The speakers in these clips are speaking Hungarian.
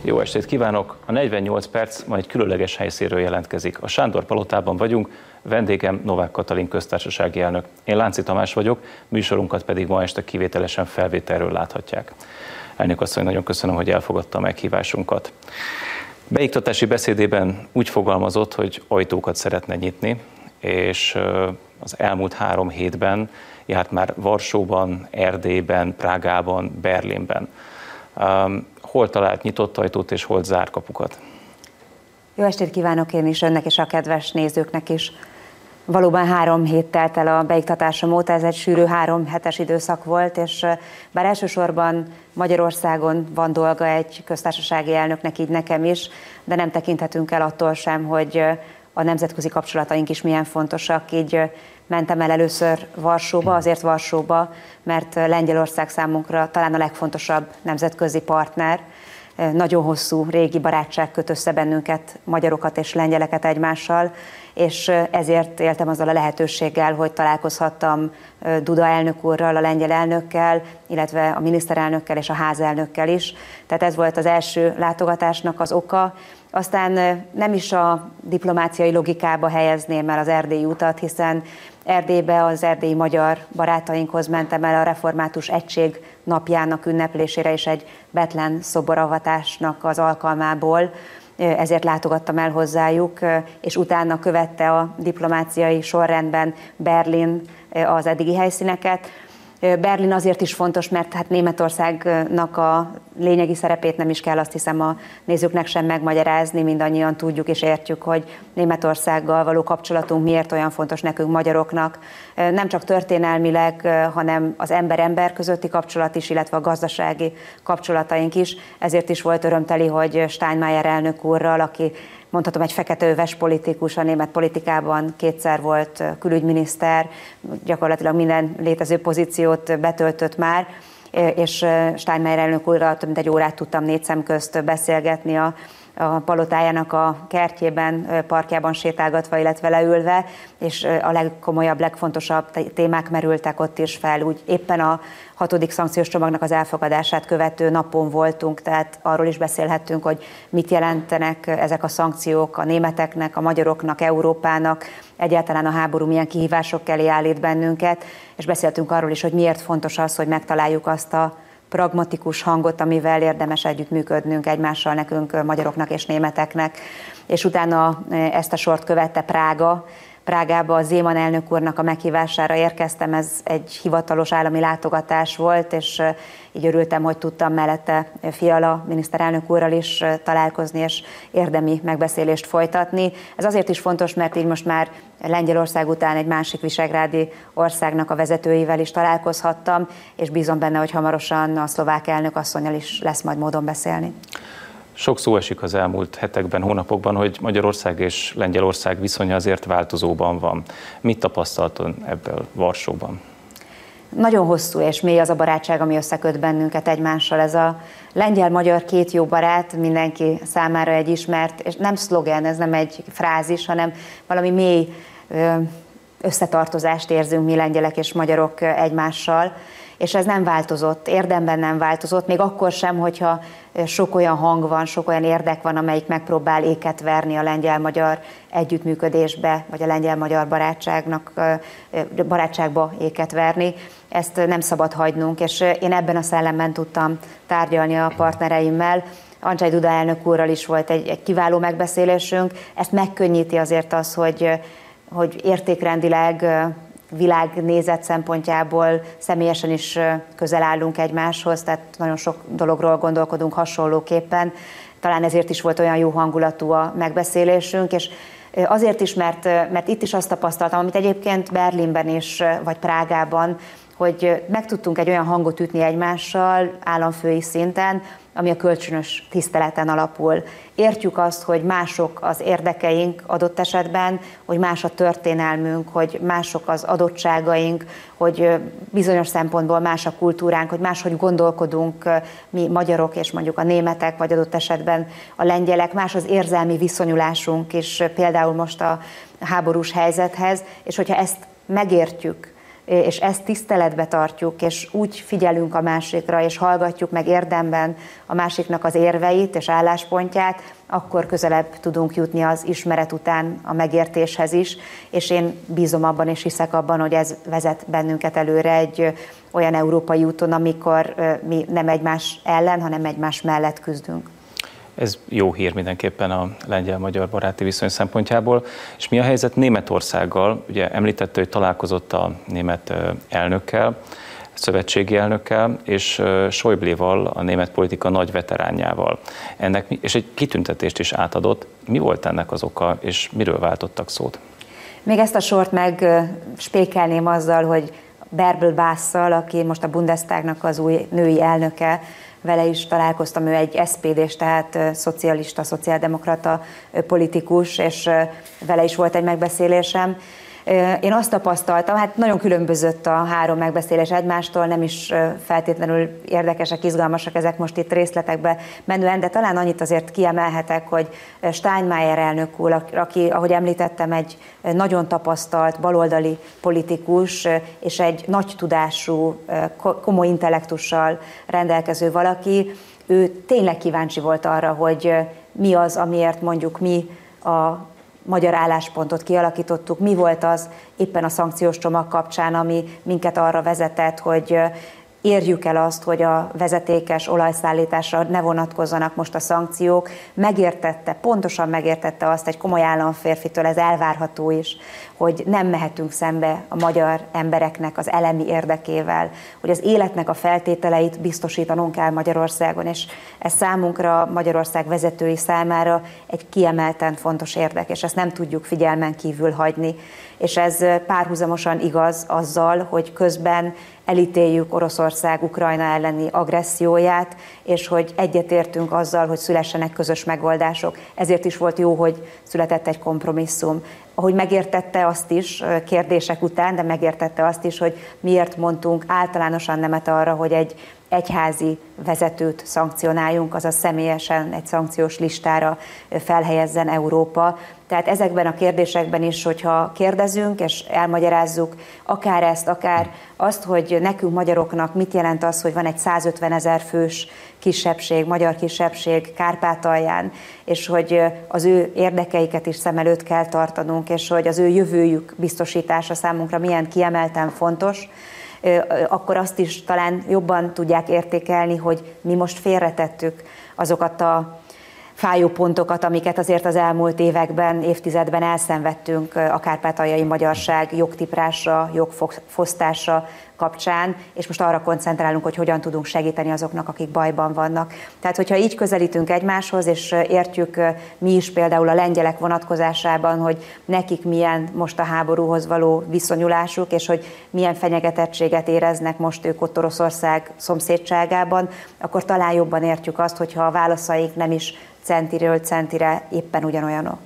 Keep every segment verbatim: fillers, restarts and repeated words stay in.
Jó estét kívánok! A negyvennyolc perc ma egy különleges helyszínről jelentkezik. A Sándor palotában vagyunk, vendégem Novák Katalin köztársasági elnök. Én Lánci Tamás vagyok, műsorunkat pedig ma este kivételesen felvételről láthatják. Elnök asszony, nagyon köszönöm, hogy elfogadta a meghívásunkat. Beiktatási beszédében úgy fogalmazott, hogy ajtókat szeretne nyitni, és az elmúlt három hétben járt már Varsóban, Erdélyben, Prágában, Berlinben. Hol talált nyitott ajtót és hol zárt kapukat? Jó estét kívánok én is, önnek és a kedves nézőknek is. Valóban három hét telt el a beiktatásom óta, ez egy sűrű három hetes időszak volt, és bár elsősorban Magyarországon van dolga egy köztársasági elnöknek, így nekem is, de nem tekinthetünk el attól sem, hogy a nemzetközi kapcsolataink is milyen fontosak, így mentem el először Varsóba, azért Varsóba, mert Lengyelország számunkra talán a legfontosabb nemzetközi partner. Nagyon hosszú, régi barátság köt össze bennünket, magyarokat és lengyeleket egymással, és ezért éltem azzal a lehetőséggel, hogy találkozhattam Duda elnök úrral, a lengyel elnökkel, illetve a miniszterelnökkel és a házelnökkel is. Tehát ez volt az első látogatásnak az oka. Aztán nem is a diplomáciai logikába helyezném el az erdélyi utat, hiszen Erdélybe az erdélyi magyar barátainkhoz mentem el a Református Egység napjának ünneplésére és egy Betlen szoboravatásnak az alkalmából, ezért látogattam el hozzájuk, és utána követte a diplomáciai sorrendben Berlin az eddigi helyszíneket. Berlin azért is fontos, mert hát Németországnak a lényegi szerepét nem is kell, azt hiszem, a nézőknek sem megmagyarázni, mindannyian tudjuk és értjük, hogy Németországgal való kapcsolatunk miért olyan fontos nekünk magyaroknak. Nem csak történelmileg, hanem az ember-ember közötti kapcsolat is, illetve a gazdasági kapcsolataink is. Ezért is volt örömteli, hogy Steinmeier elnök úrral, aki mondhatom egy feketeöves politikus, a német politikában kétszer volt külügyminiszter, gyakorlatilag minden létező pozíciót betöltött már, és Steinmeier elnök úrral több mint egy órát tudtam négy szem közt beszélgetni a, a palotájának a kertjében, parkjában sétálgatva, illetve leülve, és a legkomolyabb, legfontosabb témák merültek ott is fel. Úgy éppen a hatodik szankciós csomagnak az elfogadását követő napon voltunk, tehát arról is beszélhettünk, hogy mit jelentenek ezek a szankciók a németeknek, a magyaroknak, Európának, egyáltalán a háború milyen kihívások elé állít bennünket, és beszéltünk arról is, hogy miért fontos az, hogy megtaláljuk azt a pragmatikus hangot, amivel érdemes együttműködnünk egymással nekünk, magyaroknak és németeknek. És utána ezt a sort követte Prága. Prágába a Zeman elnök úrnak a meghívására érkeztem, ez egy hivatalos állami látogatás volt, és így örültem, hogy tudtam mellette Fiala miniszterelnök úrral is találkozni, és érdemi megbeszélést folytatni. Ez azért is fontos, mert így most már Lengyelország után egy másik visegrádi országnak a vezetőivel is találkozhattam, és bízom benne, hogy hamarosan a szlovák elnök asszonnyal is lesz majd módon beszélni. Sok szó esik az elmúlt hetekben, hónapokban, hogy Magyarország és Lengyelország viszonya azért változóban van. Mit tapasztalt ön ebből Varsóban? Nagyon hosszú és mély az a barátság, ami összeköt bennünket egymással. Ez a lengyel-magyar két jó barát, mindenki számára egy ismert, és nem szlogen, ez nem egy frázis, hanem valami mély összetartozást érzünk mi lengyelek és magyarok egymással, és ez nem változott, érdemben nem változott, még akkor sem, hogyha sok olyan hang van, sok olyan érdek van, amelyik megpróbál éket verni a lengyel-magyar együttműködésbe, vagy a lengyel-magyar barátságnak, barátságba éket verni. Ezt nem szabad hagynunk, és én ebben a szellemben tudtam tárgyalni a partnereimmel. Andrzej Duda elnök úrral is volt egy, egy kiváló megbeszélésünk. Ezt megkönnyíti azért az, hogy, hogy értékrendileg, világnézet szempontjából személyesen is közel állunk egymáshoz, tehát nagyon sok dologról gondolkodunk hasonlóképpen. Talán ezért is volt olyan jó hangulatú a megbeszélésünk, és azért is, mert, mert itt is azt tapasztaltam, amit egyébként Berlinben is, vagy Prágában, hogy meg tudtunk egy olyan hangot ütni egymással államfői szinten, ami a kölcsönös tiszteleten alapul. Értjük azt, hogy mások az érdekeink adott esetben, hogy más a történelmünk, hogy mások az adottságaink, hogy bizonyos szempontból más a kultúránk, hogy máshogy gondolkodunk mi magyarok és mondjuk a németek, vagy adott esetben a lengyelek, más az érzelmi viszonyulásunk is például most a háborús helyzethez, és hogyha ezt megértjük, és ezt tiszteletbe tartjuk, és úgy figyelünk a másikra, és hallgatjuk meg érdemben a másiknak az érveit és álláspontját, akkor közelebb tudunk jutni az ismeret után a megértéshez is, és én bízom abban és hiszek abban, hogy ez vezet bennünket előre egy olyan európai úton, amikor mi nem egymás ellen, hanem egymás mellett küzdünk. Ez jó hír mindenképpen a lengyel-magyar baráti viszony szempontjából. És mi a helyzet Németországgal? Ugye említette, hogy találkozott a német elnökkel, szövetségi elnökkel, és Schäubléval, a német politika nagy veteránjával. Ennek, és egy kitüntetést is átadott. Mi volt ennek az oka, és miről váltottak szót? Még ezt a sort meg spékelném azzal, hogy Bärbel Basszal, aki most a Bundestagnak az új női elnöke, vele is találkoztam, ő egy es zé pé dés, tehát szocialista, szociáldemokrata politikus, és vele is volt egy megbeszélésem. Én azt tapasztaltam, hát nagyon különbözött a három megbeszélés egymástól, nem is feltétlenül érdekesek, izgalmasak ezek most itt részletekbe menően, de talán annyit azért kiemelhetek, hogy Steinmeier elnök úr, aki, ahogy említettem, egy nagyon tapasztalt baloldali politikus, és egy nagy tudású, komoly intellektussal rendelkező valaki, ő tényleg kíváncsi volt arra, hogy mi az, amiért mondjuk mi a magyar álláspontot kialakítottuk, mi volt az éppen a szankciós csomag kapcsán, ami minket arra vezetett, hogy érjük el azt, hogy a vezetékes olajszállításra ne vonatkozzanak most a szankciók. Megértette, pontosan megértette azt egy komoly államférfitől, ez elvárható is, hogy nem mehetünk szembe a magyar embereknek az elemi érdekével, hogy az életnek a feltételeit biztosítanunk kell Magyarországon, és ez számunkra, Magyarország vezetői számára egy kiemelten fontos érdek, és ezt nem tudjuk figyelmen kívül hagyni. És ez párhuzamosan igaz azzal, hogy közben elítéljük Oroszország Ukrajna elleni agresszióját, és hogy egyetértünk azzal, hogy szülessenek közös megoldások. Ezért is volt jó, hogy született egy kompromisszum. Ahogy megértette azt is, kérdések után, de megértette azt is, hogy miért mondtunk általánosan nemet arra, hogy egy egyházi vezetőt szankcionáljunk, azaz személyesen egy szankciós listára felhelyezzen Európa. Tehát ezekben a kérdésekben is, hogyha kérdezünk és elmagyarázzuk akár ezt, akár azt, hogy nekünk magyaroknak mit jelent az, hogy van egy százötvenezer fős kisebbség, magyar kisebbség Kárpátalján, és hogy az ő érdekeiket is szem előtt kell tartanunk, és hogy az ő jövőjük biztosítása számunkra milyen kiemelten fontos, akkor azt is talán jobban tudják értékelni, hogy mi most félretettük azokat a fájó pontokat, amiket azért az elmúlt években, évtizedben elszenvedtünk a kárpátaljai magyarság jogtiprásra, jogfosztása kapcsán, és most arra koncentrálunk, hogy hogyan tudunk segíteni azoknak, akik bajban vannak. Tehát, hogyha így közelítünk egymáshoz, és értjük mi is például a lengyelek vonatkozásában, hogy nekik milyen most a háborúhoz való viszonyulásuk, és hogy milyen fenyegetettséget éreznek most ők ott Oroszország szomszédságában, akkor talán jobban értjük azt, hogyha a válaszaik nem is centiről centire éppen ugyanolyanok.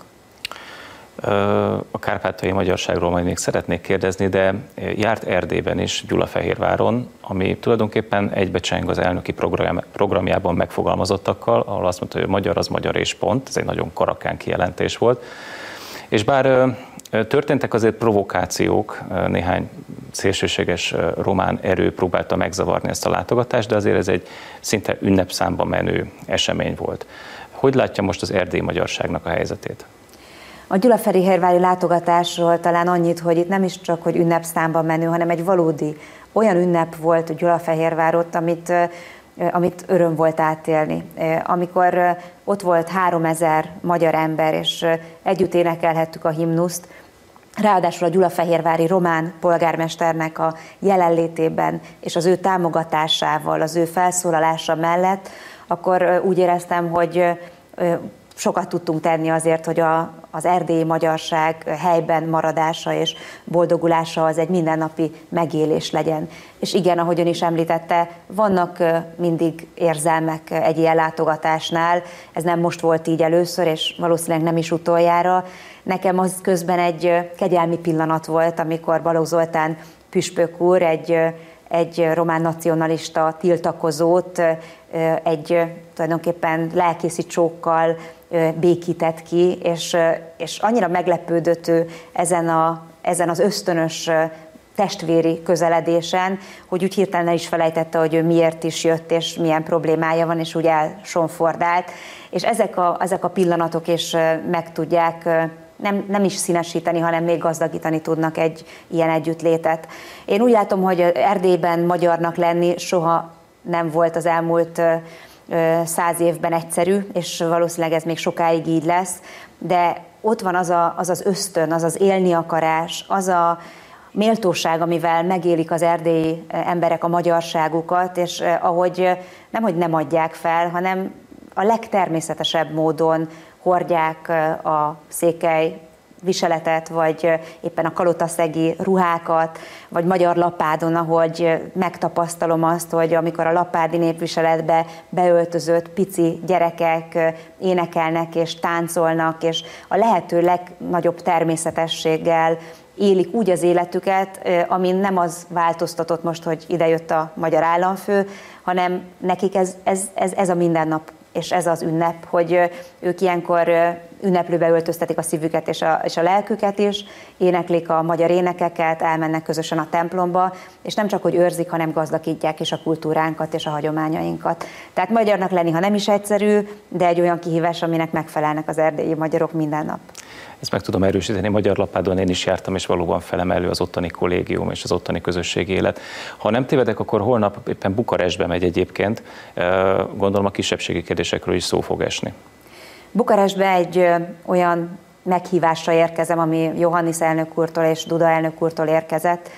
A kárpátaljai magyarságról majd még szeretnék kérdezni, de járt Erdélyben is, Gyulafehérváron, ami tulajdonképpen egybecseng az elnöki program, programjában megfogalmazottakkal, ahol azt mondta, hogy a magyar az magyar és pont, ez egy nagyon karakán kijelentés volt. És bár történtek azért provokációk, néhány szélsőséges román erő próbálta megzavarni ezt a látogatást, de azért ez egy szinte ünnepszámba menő esemény volt. Hogy látja most az erdélyi magyarságnak a helyzetét? A gyulafehérvári látogatásról talán annyit, hogy itt nem is csak, hogy ünnepszámban menő, hanem egy valódi olyan ünnep volt Gyulafehérvárot, amit, amit öröm volt átélni. Amikor ott volt háromezer magyar ember, és együtt énekelhettük a himnuszt, ráadásul a gyulafehérvári román polgármesternek a jelenlétében és az ő támogatásával, az ő felszólalása mellett, akkor úgy éreztem, hogy sokat tudtunk tenni azért, hogy a, az erdélyi magyarság helyben maradása és boldogulása az egy mindennapi megélés legyen. És igen, ahogy ön is említette, vannak mindig érzelmek egy ilyen látogatásnál, ez nem most volt így először, és valószínűleg nem is utoljára. Nekem az közben egy kegyelmi pillanat volt, amikor Balogh Zoltán püspök úr egy, egy román nacionalista tiltakozót egy tulajdonképpen lelkészi csókkal békített ki, és, és annyira meglepődött ő ezen, a, ezen az ösztönös testvéri közeledésen, hogy úgy hirtelen is felejtette, hogy ő miért is jött, és milyen problémája van, és úgy elsonfordált. És ezek a, ezek a pillanatok is meg tudják nem, nem is színesíteni, hanem még gazdagítani tudnak egy ilyen együttlétet. Én úgy látom, hogy Erdélyben magyarnak lenni soha nem volt az elmúlt száz évben egyszerű, és valószínűleg ez még sokáig így lesz, de ott van az a, az, az ösztön, az az élni akarás, az a méltóság, amivel megélik az erdélyi emberek a magyarságukat, és ahogy nem, hogy nem adják fel, hanem a legtermészetesebb módon hordják a székely viseletet, vagy éppen a kalotaszegi ruhákat, vagy magyar lapádon, ahogy megtapasztalom azt, hogy amikor a lapádi népviseletbe beöltözött pici gyerekek énekelnek és táncolnak, és a lehető legnagyobb természetességgel élik úgy az életüket, amin nem az változtatott most, hogy idejött a magyar államfő, hanem nekik ez, ez, ez, ez a mindennap, és ez az ünnep, hogy ők ilyenkor ünneplőbe öltöztetik a szívüket és a, és a lelküket is, éneklik a magyar énekeket, elmennek közösen a templomba, és nem csak, hogy őrzik, hanem gazdagítják is a kultúránkat és a hagyományainkat. Tehát magyarnak lenni, ha nem is egyszerű, de egy olyan kihívás, aminek megfelelnek az erdélyi magyarok minden nap. Ezt meg tudom erősíteni, Magyar Lapádon én is jártam, és valóban felemelő az ottani kollégium és az ottani közösségi élet. Ha nem tévedek, akkor holnap éppen Bukarestbe megy egyébként, gondolom a kisebbségi kérdésekről is szó fog esni. Bukarestbe egy olyan meghívásra érkezem, ami Johannis elnök úrtól és Duda elnök úrtól érkezett,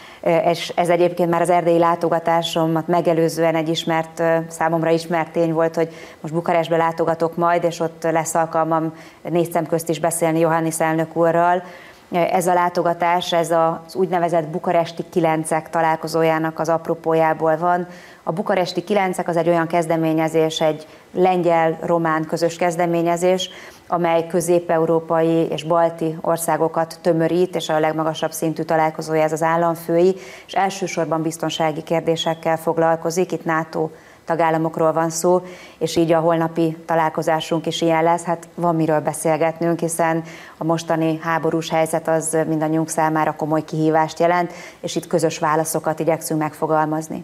és ez egyébként már az erdélyi látogatásomat megelőzően egy ismert, számomra ismert tény volt, hogy most Bukarestbe látogatok majd, és ott lesz alkalmam négy szem közt is beszélni Johannis elnök úrral. Ez a látogatás, ez az úgynevezett bukaresti kilencek találkozójának az apropójából van. A bukaresti kilencek az egy olyan kezdeményezés, egy lengyel-román közös kezdeményezés, amely közép-európai és balti országokat tömörít, és a legmagasabb szintű találkozója ez az államfői, és elsősorban biztonsági kérdésekkel foglalkozik, itt NATO tagállamokról van szó, és így a holnapi találkozásunk is ilyen lesz. Hát van miről beszélgetnünk, hiszen a mostani háborús helyzet az mindannyiunk számára komoly kihívást jelent, és itt közös válaszokat igyekszünk megfogalmazni.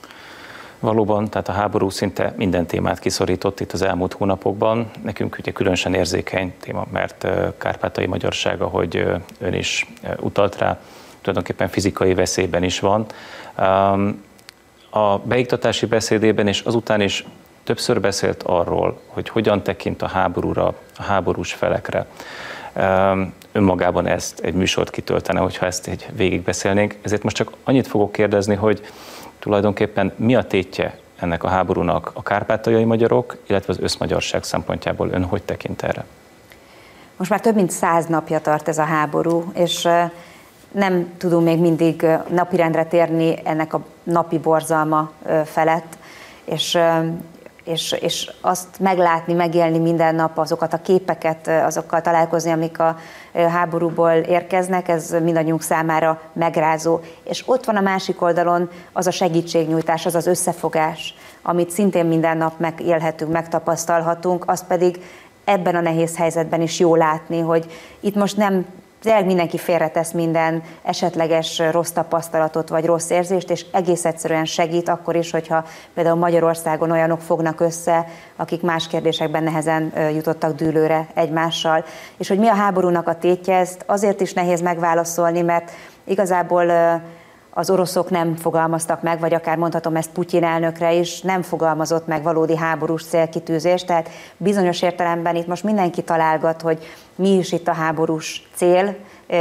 Valóban, tehát a háború szinte minden témát kiszorított itt az elmúlt hónapokban. Nekünk ugye különösen érzékeny téma, mert kárpátaljai magyarság, ahogy ön is utalt rá, tulajdonképpen fizikai veszélyben is van. A beiktatási beszédében és azután is többször beszélt arról, hogy hogyan tekint a háborúra, a háborús felekre. Önmagában ezt egy műsort kitöltene, hogyha ezt egy végigbeszélnénk. Ezért most csak annyit fogok kérdezni, hogy tulajdonképpen mi a tétje ennek a háborúnak a kárpátaljai magyarok, illetve az összmagyarság szempontjából ön hogy tekint erre? Most már több mint száz napja tart ez a háború, és nem tudunk még mindig napirendre térni ennek a napi borzalma felett, és, és, és azt meglátni, megélni minden nap, azokat a képeket, azokkal találkozni, amik a háborúból érkeznek, ez mindannyiunk számára megrázó. És ott van a másik oldalon az a segítségnyújtás, az az összefogás, amit szintén minden nap megélhetünk, megtapasztalhatunk, azt pedig ebben a nehéz helyzetben is jó látni, hogy itt most nem tényleg mindenki félretesz minden esetleges rossz tapasztalatot vagy rossz érzést, és egész egyszerűen segít akkor is, hogyha például Magyarországon olyanok fognak össze, akik más kérdésekben nehezen jutottak dűlőre egymással. És hogy mi a háborúnak a tétje, ezt azért is nehéz megválaszolni, mert igazából az oroszok nem fogalmaztak meg, vagy akár mondhatom ezt Putyin elnökre is, nem fogalmazott meg valódi háborús célkitűzést, tehát bizonyos értelemben itt most mindenki találgat, hogy mi is itt a háborús cél.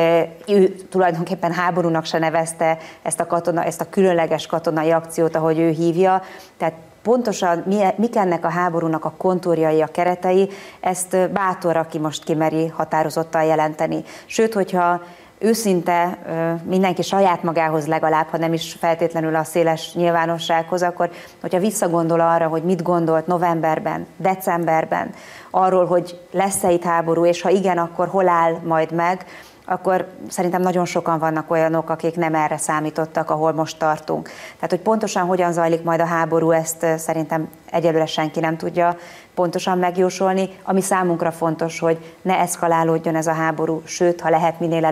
Ő tulajdonképpen háborúnak se nevezte ezt a, katona, ezt a különleges katonai akciót, ahogy ő hívja, tehát pontosan mik ennek a háborúnak a kontúrjai, a keretei, ezt bátor, aki most kimeri határozottan jelenteni. Sőt, hogyha őszinte mindenki saját magához legalább, ha nem is feltétlenül a széles nyilvánossághoz, akkor hogyha visszagondol arra, hogy mit gondolt novemberben, decemberben, arról, hogy lesz-e itt háború, és ha igen, akkor hol áll majd meg, akkor szerintem nagyon sokan vannak olyanok, akik nem erre számítottak, ahol most tartunk. Tehát, hogy pontosan hogyan zajlik majd a háború, ezt szerintem egyelőre senki nem tudja pontosan megjósolni. Ami számunkra fontos, hogy ne eszkalálódjon ez a háború, sőt, ha lehet minél előbb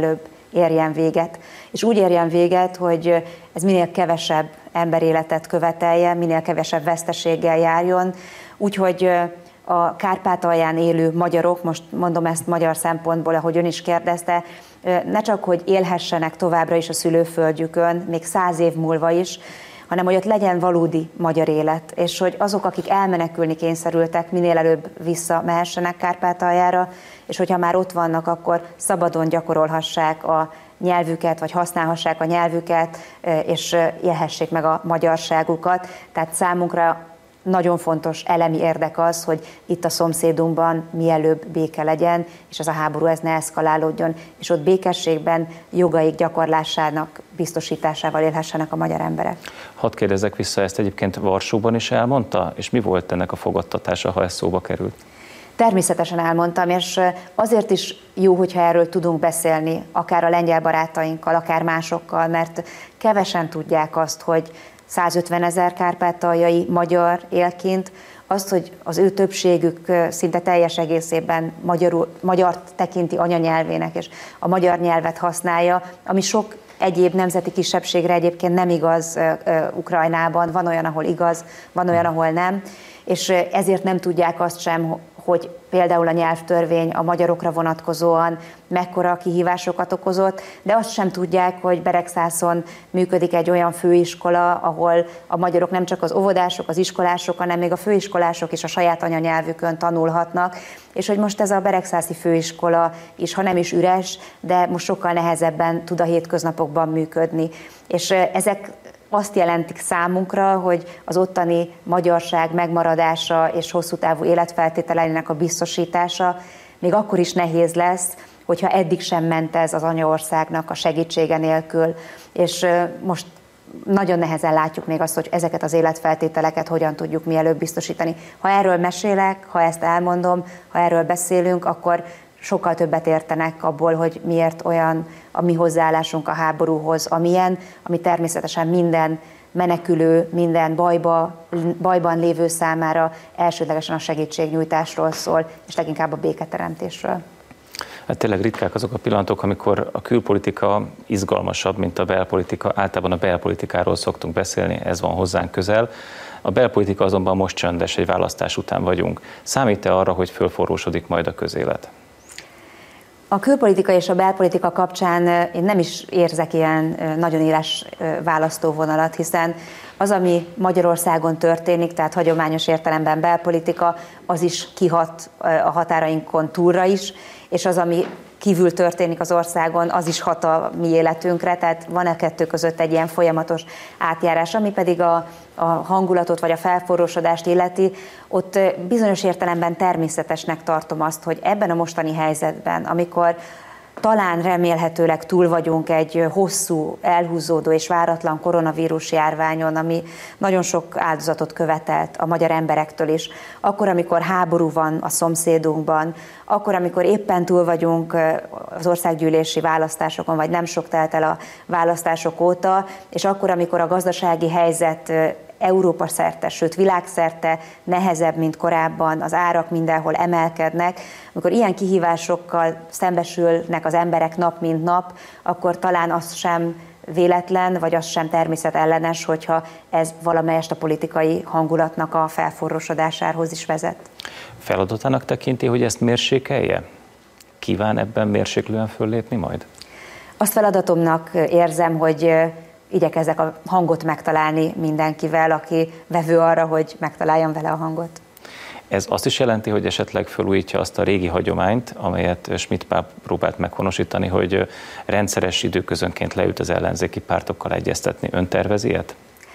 érjen véget. És úgy érjen véget, hogy ez minél kevesebb emberéletet követeljen, minél kevesebb veszteséggel járjon, úgyhogy a Kárpátalján élő magyarok, most mondom ezt magyar szempontból, ahogy ön is kérdezte, ne csak, hogy élhessenek továbbra is a szülőföldjükön, még száz év múlva is, hanem hogy ott legyen valódi magyar élet, és hogy azok, akik elmenekülni kényszerültek, minél előbb visszamehessenek Kárpátaljára, és hogyha már ott vannak, akkor szabadon gyakorolhassák a nyelvüket, vagy használhassák a nyelvüket, és élhessék meg a magyarságukat. Tehát számunkra nagyon fontos elemi érdek az, hogy itt a szomszédunkban mielőbb béke legyen, és ez a háború ez ne eszkalálódjon, és ott békességben jogaik gyakorlásának biztosításával élhessenek a magyar emberek. Hadd kérdezzek vissza, ezt egyébként Varsóban is elmondta, és mi volt ennek a fogadtatása, ha ez szóba került? Természetesen elmondtam, és azért is jó, hogyha erről tudunk beszélni, akár a lengyel barátainkkal, akár másokkal, mert kevesen tudják azt, hogy százötven ezer kárpátaljai magyar él kint, azt, hogy az ő többségük szinte teljes egészében magyarul, magyart tekinti anyanyelvének, és a magyar nyelvet használja, ami sok egyéb nemzeti kisebbségre egyébként nem igaz Ukrajnában, van olyan, ahol igaz, van olyan, ahol nem, és ezért nem tudják azt sem, hogy például a nyelvtörvény a magyarokra vonatkozóan mekkora kihívásokat okozott, de azt sem tudják, hogy Beregszászon működik egy olyan főiskola, ahol a magyarok nem csak az óvodások, az iskolások, hanem még a főiskolások is a saját anyanyelvükön tanulhatnak, és hogy most ez a beregszászi főiskola is, ha nem is üres, de most sokkal nehezebben tud a hétköznapokban működni. És ezek azt jelentik számunkra, hogy az ottani magyarság megmaradása és hosszú távú életfeltételeinek a biztosítása még akkor is nehéz lesz, hogyha eddig sem ment ez az anyaországnak a segítsége nélkül. És most nagyon nehezen látjuk még azt, hogy ezeket az életfeltételeket hogyan tudjuk mielőbb biztosítani. Ha erről mesélek, ha ezt elmondom, ha erről beszélünk, akkor sokkal többet értenek abból, hogy miért olyan a mi hozzáállásunk a háborúhoz, amilyen, ami természetesen minden menekülő, minden bajba, bajban lévő számára elsődlegesen a segítségnyújtásról szól, és leginkább a béketeremtésről. Hát tényleg ritkák azok a pillanatok, amikor a külpolitika izgalmasabb, mint a belpolitika. Általában a belpolitikáról szoktunk beszélni, ez van hozzánk közel. A belpolitika azonban most csöndes, egy választás után vagyunk. Számít-e arra, hogy fölforrósodik majd a közélet? A külpolitika és a belpolitika kapcsán én nem is érzek ilyen nagyon éles választóvonalat, hiszen az, ami Magyarországon történik, tehát hagyományos értelemben belpolitika, az is kihat a határainkon túlra is, és az, ami kívül történik az országon, az is hat a mi életünkre, tehát van a kettő között egy ilyen folyamatos átjárás, ami pedig a, a hangulatot vagy a felforrósodást illeti, ott bizonyos értelemben természetesnek tartom azt, hogy ebben a mostani helyzetben, amikor talán remélhetőleg túl vagyunk egy hosszú, elhúzódó és váratlan koronavírus járványon, ami nagyon sok áldozatot követelt a magyar emberektől is. Akkor, amikor háború van a szomszédunkban, akkor, amikor éppen túl vagyunk az országgyűlési választásokon, vagy nem sok telt el a választások óta, és akkor, amikor a gazdasági helyzet Európa szerte, sőt világszerte nehezebb, mint korábban, az árak mindenhol emelkednek, amikor ilyen kihívásokkal szembesülnek az emberek nap mint nap, akkor talán az sem véletlen, vagy az sem természetellenes, hogyha ez valamelyest a politikai hangulatnak a felforrósodásához is vezet. Feladatának tekinti, hogy ezt mérsékelje? Kíván ebben mérséklően föllépni majd? Azt feladatomnak érzem, hogy igyekezzek a hangot megtalálni mindenkivel, aki vevő arra, hogy megtaláljam vele a hangot. Ez azt is jelenti, hogy esetleg felújítja azt a régi hagyományt, amelyet Schmidt Pál próbált meghonosítani, hogy rendszeres időközönként leült az ellenzéki pártokkal egyeztetni. Ön tervezi ilyet?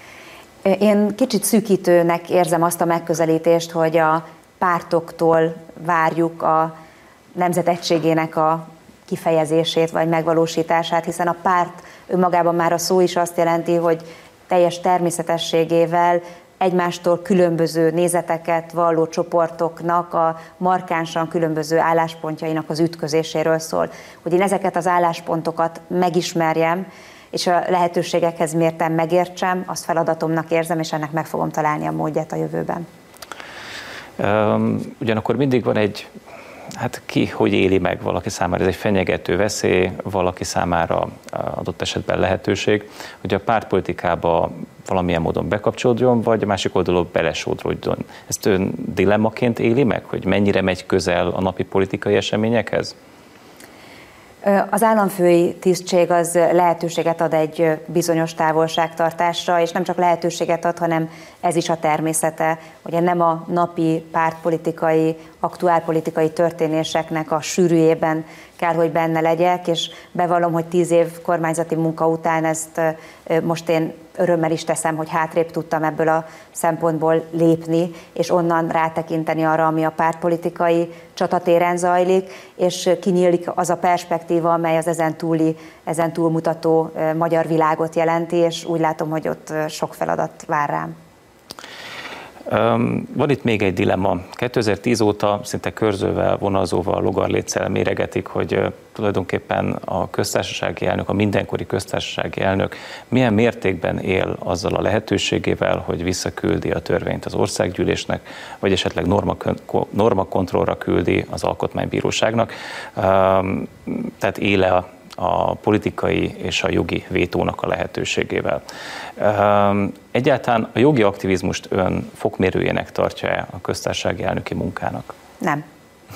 Én kicsit szűkítőnek érzem azt a megközelítést, hogy a pártoktól várjuk a nemzet egységének a kifejezését vagy megvalósítását, hiszen a párt önmagában már a szó is azt jelenti, hogy teljes természetességével egymástól különböző nézeteket valló csoportoknak a markánsan különböző álláspontjainak az ütközéséről szól. Hogy én ezeket az álláspontokat megismerjem, és a lehetőségekhez mérten megértsem, azt feladatomnak érzem, és ennek meg fogom találni a módját a jövőben. Um, ugyanakkor mindig van egy hát ki hogy éli meg, valaki számára ez egy fenyegető veszély, valaki számára adott esetben lehetőség, hogy a pártpolitikába valamilyen módon bekapcsolódjon, vagy a másik oldalon belesodródjon. Ezt ön dilemmaként éli meg, hogy mennyire megy közel a napi politikai eseményekhez? Az államfői tisztség az lehetőséget ad egy bizonyos távolságtartásra, és nem csak lehetőséget ad, hanem ez is a természete. Ugye nem a napi pártpolitikai, aktuálpolitikai történéseknek a sűrűjében kell, hogy benne legyek, és bevallom, hogy tíz év kormányzati munka után ezt most én örömmel is teszem, hogy hátrébb tudtam ebből a szempontból lépni, és onnan rátekinteni arra, ami a pártpolitikai csatatéren zajlik, és kinyílik az a perspektíva, amely az ezen túli, ezen túlmutató magyar világot jelenti, és úgy látom, hogy ott sok feladat vár rám. Van itt még egy dilemma. kétezer-tíz óta szinte körzővel, vonalzóval, logarléccel méregetik, hogy tulajdonképpen a köztársasági elnök, a mindenkori köztársasági elnök milyen mértékben él azzal a lehetőségével, hogy visszaküldi a törvényt az országgyűlésnek, vagy esetleg normakontrollra küldi az alkotmánybíróságnak. Tehát éle a a politikai és a jogi vétónak a lehetőségével. Egyáltalán a jogi aktivizmust ön fokmérőjének tartja-e a köztársasági elnöki munkának? Nem.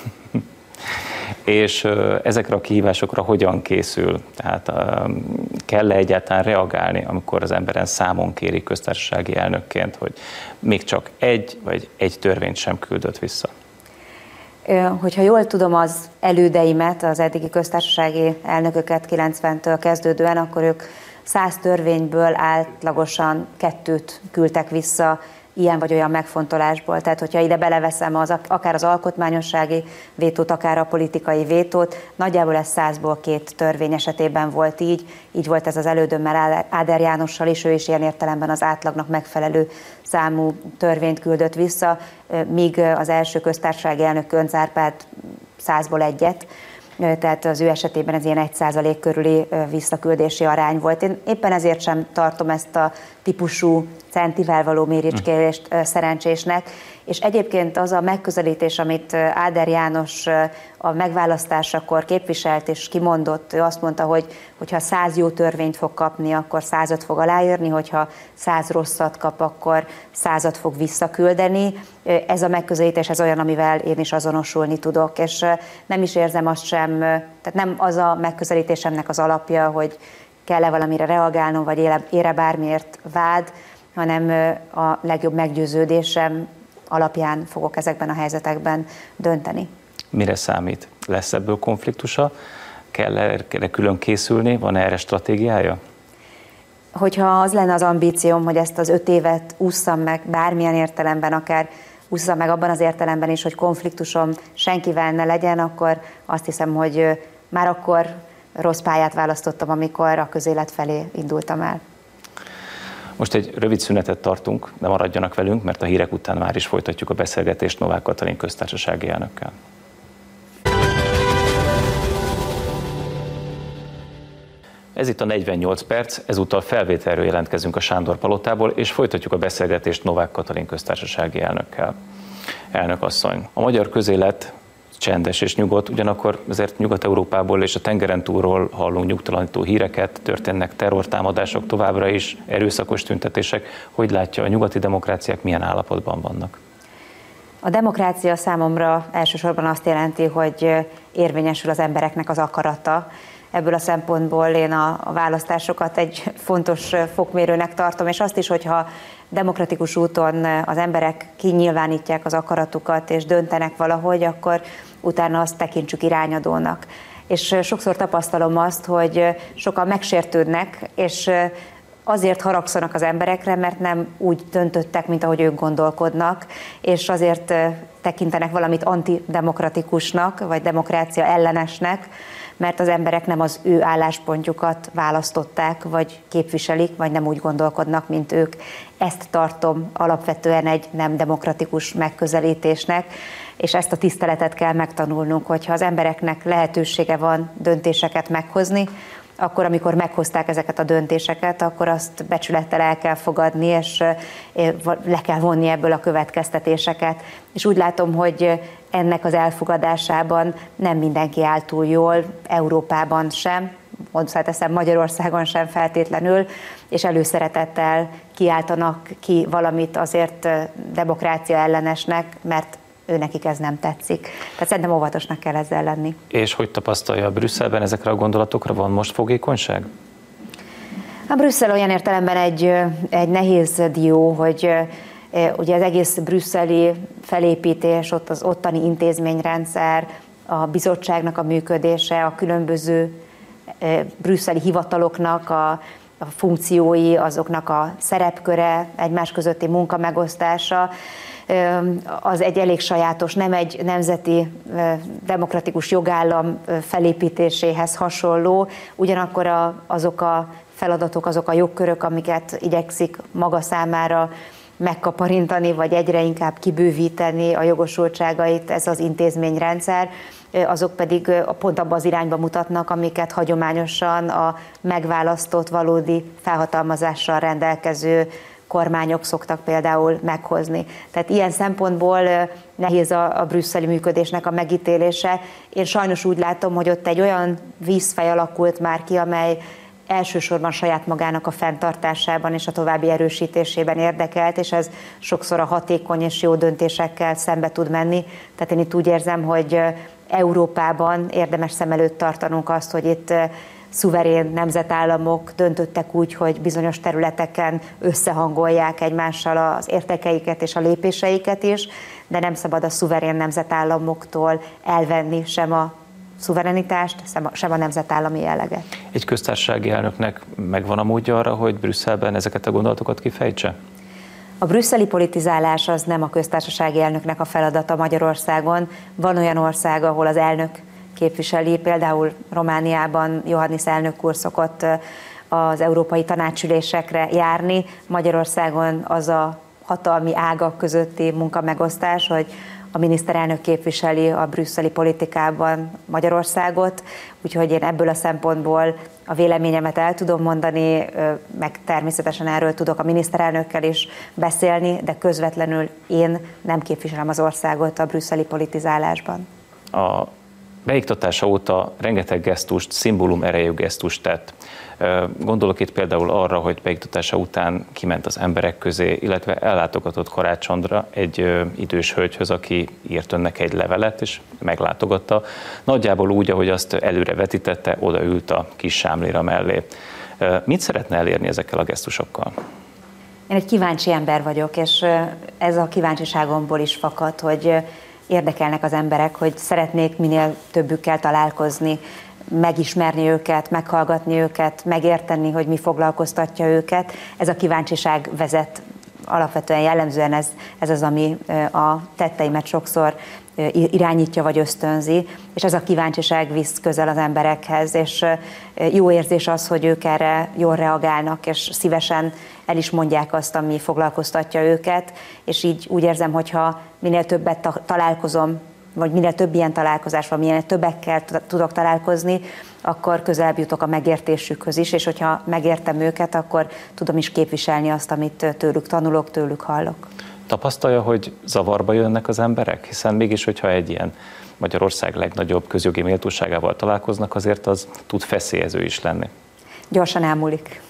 És ezekre a kihívásokra hogyan készül? Tehát kell-e egyáltalán reagálni, amikor az emberen számon kéri köztársasági elnökként, hogy még csak egy vagy egy törvényt sem küldött vissza? Hogyha jól tudom az elődeimet, az eddigi köztársasági elnököket kilencventől kezdődően, akkor ők száz törvényből átlagosan kettőt küldtek vissza ilyen vagy olyan megfontolásból. Tehát, hogyha ide beleveszem az, akár az alkotmányossági vétót, akár a politikai vétót, nagyjából ez százból két törvény esetében volt így. Így volt ez az elődömmel, Áder Jánossal is, ő is ilyen értelemben az átlagnak megfelelő számú törvényt küldött vissza, míg az első köztársasági elnök Göncz Árpád százból egyet. Tehát az ő esetében ez ilyen egy százalék körüli visszaküldési arány volt. Én éppen ezért sem tartom ezt a típusú centivel való méricskélést szerencsésnek, és egyébként az a megközelítés, amit Áder János a megválasztásakor képviselt és kimondott, ő azt mondta, hogy hogyha száz jó törvényt fog kapni, akkor százat fog aláírni, hogyha száz rosszat kap, akkor százat fog visszaküldeni. Ez a megközelítés ez olyan, amivel én is azonosulni tudok, és nem is érzem azt sem, tehát nem az a megközelítésemnek az alapja, hogy kell-e valamire reagálnom, vagy ére bármiért vád, hanem a legjobb meggyőződésem alapján fogok ezekben a helyzetekben dönteni. Mire számít? Lesz ebből konfliktusa? Kell erre külön készülni? Van erre stratégiája? Hogyha az lenne az ambícióm, hogy ezt az öt évet ússzam meg bármilyen értelemben, akár ússzam meg abban az értelemben is, hogy konfliktusom senkivel ne legyen, akkor azt hiszem, hogy már akkor rossz pályát választottam, amikor a közélet felé indultam el. Most egy rövid szünetet tartunk, de maradjanak velünk, mert a hírek után már is folytatjuk a beszélgetést Novák Katalin köztársasági elnökkel. Ez itt a negyvennyolc perc, ezúttal felvételről jelentkezünk a Sándor Palotából, és folytatjuk a beszélgetést Novák Katalin köztársasági elnökkel. Elnök asszony, a magyar közélet csendes és nyugodt, ugyanakkor azért Nyugat-Európából és a tengeren túlról hallunk nyugtalanító híreket, történnek terrortámadások továbbra is, erőszakos tüntetések. Hogy látja, a nyugati demokráciák milyen állapotban vannak? A demokrácia számomra elsősorban azt jelenti, hogy érvényesül az embereknek az akarata. Ebből a szempontból én a választásokat egy fontos fokmérőnek tartom, és azt is, hogyha demokratikus úton az emberek kinyilvánítják az akaratukat és döntenek valahogy, akkor utána azt tekintsük irányadónak. És sokszor tapasztalom azt, hogy sokan megsértődnek, és azért haragszanak az emberekre, mert nem úgy döntöttek, mint ahogy ők gondolkodnak, és azért tekintenek valamit antidemokratikusnak, vagy demokrácia ellenesnek, mert az emberek nem az ő álláspontjukat választották, vagy képviselik, vagy nem úgy gondolkodnak, mint ők. Ezt tartom alapvetően egy nem demokratikus megközelítésnek, és ezt a tiszteletet kell megtanulnunk, hogyha az embereknek lehetősége van döntéseket meghozni, akkor, amikor meghozták ezeket a döntéseket, akkor azt becsülettel el kell fogadni, és le kell vonni ebből a következtetéseket. És úgy látom, hogy ennek az elfogadásában nem mindenki áll túl jól, Európában sem, hozzáteszem Magyarországon sem feltétlenül, és előszeretettel kiáltanak ki valamit azért demokrácia ellenesnek, mert őnekik ez nem tetszik. Tehát szerintem óvatosnak kell ezzel lenni. És hogy tapasztalja Brüsszelben ezekre a gondolatokra? Van most fogékonyság? A Brüsszel olyan értelemben egy, egy nehéz dió, hogy ugye az egész brüsszeli felépítés, ott az ottani intézményrendszer, a bizottságnak a működése, a különböző brüsszeli hivataloknak a, a funkciói, azoknak a szerepköre, egymás közötti munkamegosztása, az egy elég sajátos, nem egy nemzeti demokratikus jogállam felépítéséhez hasonló, ugyanakkor a, azok a feladatok, azok a jogkörök, amiket igyekszik maga számára megkaparintani, vagy egyre inkább kibővíteni a jogosultságait ez az intézményrendszer, azok pedig pont abba az irányba mutatnak, amiket hagyományosan a megválasztott, valódi felhatalmazással rendelkező kormányok szoktak például meghozni. Tehát ilyen szempontból nehéz a, a brüsszeli működésnek a megítélése. Én sajnos úgy látom, hogy ott egy olyan vízfej alakult már ki, amely elsősorban saját magának a fenntartásában és a további erősítésében érdekelt, és ez sokszor a hatékony és jó döntésekkel szembe tud menni. Tehát én itt úgy érzem, hogy Európában érdemes szem előtt tartanunk azt, hogy itt szuverén nemzetállamok döntöttek úgy, hogy bizonyos területeken összehangolják egymással az értékeiket és a lépéseiket is, de nem szabad a szuverén nemzetállamoktól elvenni sem a szuverenitást, sem a nemzetállami jelleget. Egy köztársasági elnöknek megvan a módja arra, hogy Brüsszelben ezeket a gondolatokat kifejtse? A brüsszeli politizálás az nem a köztársasági elnöknek a feladata Magyarországon. Van olyan ország, ahol az elnök képviseli, például Romániában Iohannis elnök úr szokott az európai tanácsülésekre járni. Magyarországon az a hatalmi ágak közötti munkamegosztás, hogy a miniszterelnök képviseli a brüsszeli politikában Magyarországot, úgyhogy én ebből a szempontból a véleményemet el tudom mondani, meg természetesen erről tudok a miniszterelnökkel is beszélni, de közvetlenül én nem képviselem az országot a brüsszeli politizálásban. A beiktatása óta rengeteg gesztust, szimbólum erejű gesztust tett. Gondolok itt például arra, hogy beiktatása után kiment az emberek közé, illetve ellátogatott Karácsonyra egy idős hölgyhöz, aki írt önnek egy levelet, és meglátogatta. Nagyjából úgy, ahogy azt előre vetítette, odaült a kis sámlira mellé. Mit szeretne elérni ezekkel a gesztusokkal? Én egy kíváncsi ember vagyok, és ez a kíváncsiságomból is fakad, hogy érdekelnek az emberek, hogy szeretnék minél többükkel találkozni, megismerni őket, meghallgatni őket, megérteni, hogy mi foglalkoztatja őket. Ez a kíváncsiság vezet, alapvetően jellemzően ez, ez az, ami a tetteimet sokszor irányítja vagy ösztönzi, és ez a kíváncsiság visz közel az emberekhez, és jó érzés az, hogy ők erre jól reagálnak, és szívesen el is mondják azt, ami foglalkoztatja őket, és így úgy érzem, hogyha minél többet találkozom, vagy minél több ilyen találkozás van, minél többekkel tudok találkozni, akkor közelebb jutok a megértésükhöz is, és hogyha megértem őket, akkor tudom is képviselni azt, amit tőlük tanulok, tőlük hallok. Tapasztalja, hogy zavarba jönnek az emberek? Hiszen mégis, hogyha egy ilyen Magyarország legnagyobb közjogi méltóságával találkoznak, azért az tud feszélyező is lenni. Gyorsan elmúlik.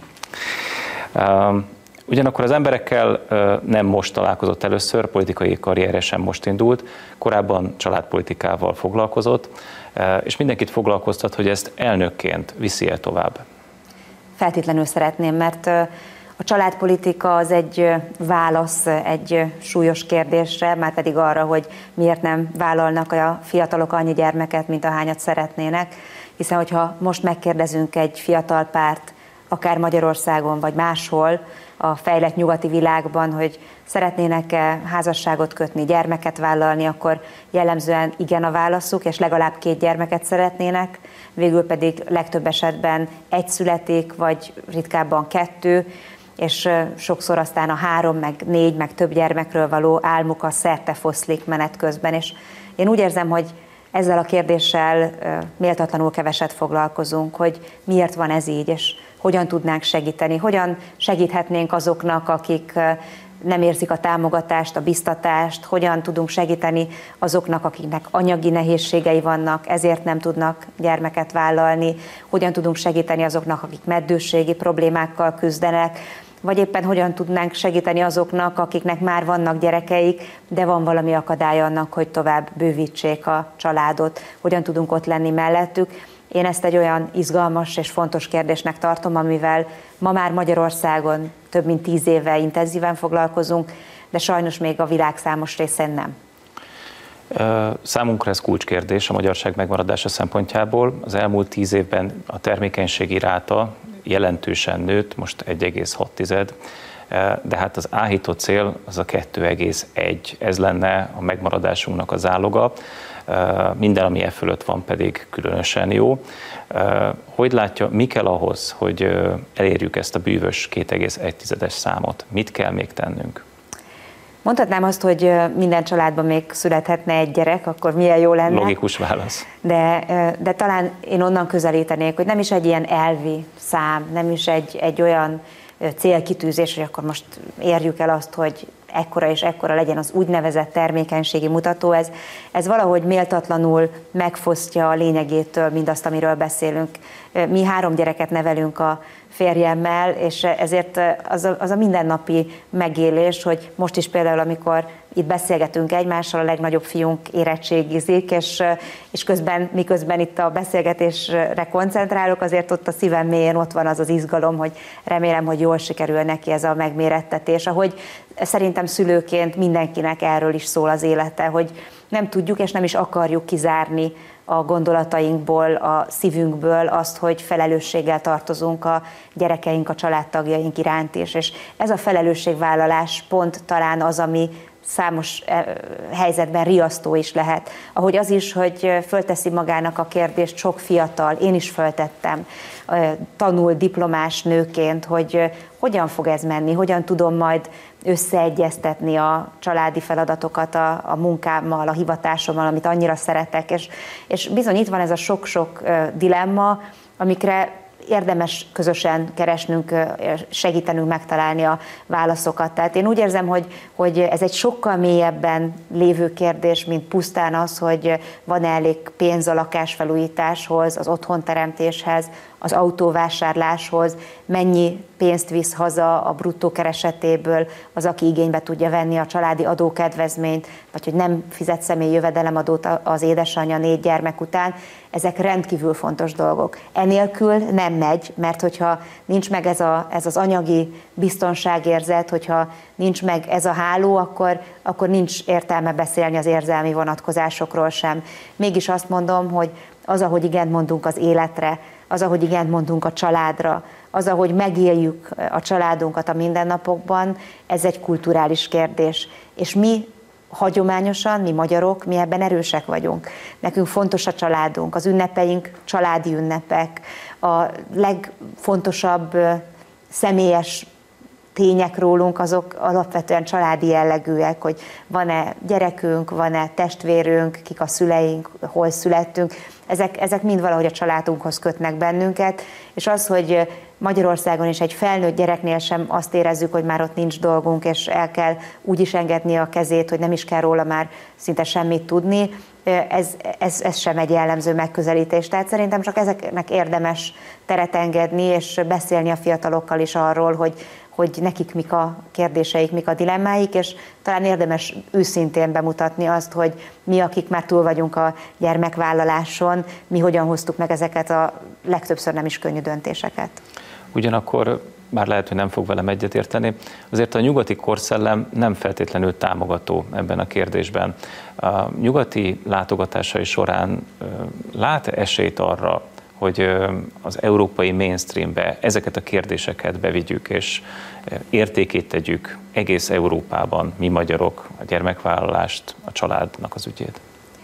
Ugyanakkor az emberekkel nem most találkozott először, politikai karrierje sem most indult, korábban családpolitikával foglalkozott, és mindenkit foglalkoztat, hogy ezt elnökként viszi-e tovább. Feltétlenül szeretném, mert a családpolitika az egy válasz egy súlyos kérdésre, már pedig arra, hogy miért nem vállalnak a fiatalok annyi gyermeket, mint ahányat szeretnének, hiszen hogyha most megkérdezünk egy fiatal párt, akár Magyarországon vagy máshol, a fejlett nyugati világban, hogy szeretnének-e házasságot kötni, gyermeket vállalni, akkor jellemzően igen a válaszuk, és legalább két gyermeket szeretnének, végül pedig legtöbb esetben egy születik, vagy ritkábban kettő, és sokszor aztán a három, meg négy, meg több gyermekről való álmuk a szerte foszlik menet közben. És én úgy érzem, hogy ezzel a kérdéssel méltatlanul keveset foglalkozunk, hogy miért van ez így, és hogyan tudnánk segíteni, hogyan segíthetnénk azoknak, akik nem érzik a támogatást, a biztatást, hogyan tudunk segíteni azoknak, akiknek anyagi nehézségei vannak, ezért nem tudnak gyermeket vállalni, hogyan tudunk segíteni azoknak, akik meddőségi problémákkal küzdenek, vagy éppen hogyan tudnánk segíteni azoknak, akiknek már vannak gyerekeik, de van valami akadály annak, hogy tovább bővítsék a családot, hogyan tudunk ott lenni mellettük. Én ezt egy olyan izgalmas és fontos kérdésnek tartom, amivel ma már Magyarországon több mint tíz éve intenzíven foglalkozunk, de sajnos még a világ számos részén nem. Számunkra ez kulcskérdés a magyarság megmaradása szempontjából. Az elmúlt tíz évben a termékenységi ráta jelentősen nőtt, most egy egész hat, de hát az áhított cél az a kettő egész egy. Ez lenne a megmaradásunknak a záloga. Minden, ami e fölött van, pedig különösen jó. Hogy látja, mi kell ahhoz, hogy elérjük ezt a bűvös két egész egy számot? Mit kell még tennünk? Mondhatnám azt, hogy minden családban még születhetne egy gyerek, akkor milyen jó lenne. Logikus válasz. De, de talán én onnan közelítenék, hogy nem is egy ilyen elvi szám, nem is egy, egy olyan célkitűzés, hogy akkor most érjük el azt, hogy ekkora és ekkora legyen az úgynevezett termékenységi mutató, ez, ez valahogy méltatlanul megfosztja a lényegétől mindazt, amiről beszélünk. Mi három gyereket nevelünk a férjemmel, és ezért az a, az a mindennapi megélés, hogy most is például, amikor itt beszélgetünk egymással, a legnagyobb fiunk érettségizik, és, és közben, miközben itt a beszélgetésre koncentrálok, azért ott a szívem mélyén ott van az az izgalom, hogy remélem, hogy jól sikerül neki ez a megmérettetés. Ahogy szerintem szülőként mindenkinek erről is szól az élete, hogy nem tudjuk és nem is akarjuk kizárni a gondolatainkból, a szívünkből azt, hogy felelősséggel tartozunk a gyerekeink, a családtagjaink iránt is. És ez a felelősségvállalás pont talán az, ami számos helyzetben riasztó is lehet. Ahogy az is, hogy fölteszi magának a kérdést sok fiatal, én is föltettem, tanul diplomás nőként, hogy hogyan fog ez menni, hogyan tudom majd összeegyeztetni a családi feladatokat a, a munkámmal, a hivatásommal, amit annyira szeretek, és, és bizony itt van ez a sok-sok dilemma, amikre érdemes közösen keresnünk, segítenünk megtalálni a válaszokat. Tehát én úgy érzem, hogy, hogy ez egy sokkal mélyebben lévő kérdés, mint pusztán az, hogy van-e elég pénz a lakásfelújításhoz, az otthonteremtéshez, az autóvásárláshoz, mennyi pénzt visz haza a bruttó keresetéből az, aki igénybe tudja venni a családi adókedvezményt, vagy hogy nem fizet személyi jövedelemadót az édesanyja négy gyermek után. Ezek rendkívül fontos dolgok. Enélkül nem megy, mert hogyha nincs meg ez, a, ez az anyagi biztonságérzet, hogyha nincs meg ez a háló, akkor, akkor nincs értelme beszélni az érzelmi vonatkozásokról sem. Mégis azt mondom, hogy az, ahogy igent mondunk az életre, az, ahogy igent mondunk a családra, az, ahogy megéljük a családunkat a mindennapokban, ez egy kulturális kérdés. És mi hagyományosan, mi magyarok, mi ebben erősek vagyunk. Nekünk fontos a családunk, az ünnepeink családi ünnepek, a legfontosabb személyes tények rólunk, azok alapvetően családi jellegűek, hogy van-e gyerekünk, van-e testvérünk, kik a szüleink, hol születtünk. Ezek, ezek mind valahogy a családunkhoz kötnek bennünket, és az, hogy Magyarországon is egy felnőtt gyereknél sem azt érezzük, hogy már ott nincs dolgunk, és el kell úgy is engedni a kezét, hogy nem is kell róla már szinte semmit tudni, ez, ez, ez sem egy jellemző megközelítés. Tehát szerintem csak ezeknek érdemes teret engedni, és beszélni a fiatalokkal is arról, hogy, hogy nekik mik a kérdéseik, mik a dilemmáik, és talán érdemes őszintén bemutatni azt, hogy mi, akik már túl vagyunk a gyermekvállaláson, mi hogyan hoztuk meg ezeket a legtöbbször nem is könnyű döntéseket. Ugyanakkor, bár lehet, hogy nem fog velem egyetérteni, azért a nyugati korszellem nem feltétlenül támogató ebben a kérdésben. A nyugati látogatásai során lát esélyt arra, hogy az európai mainstreambe ezeket a kérdéseket bevigyük, és értékét tegyük egész Európában, mi magyarok, a gyermekvállalást, a családnak az ügyét?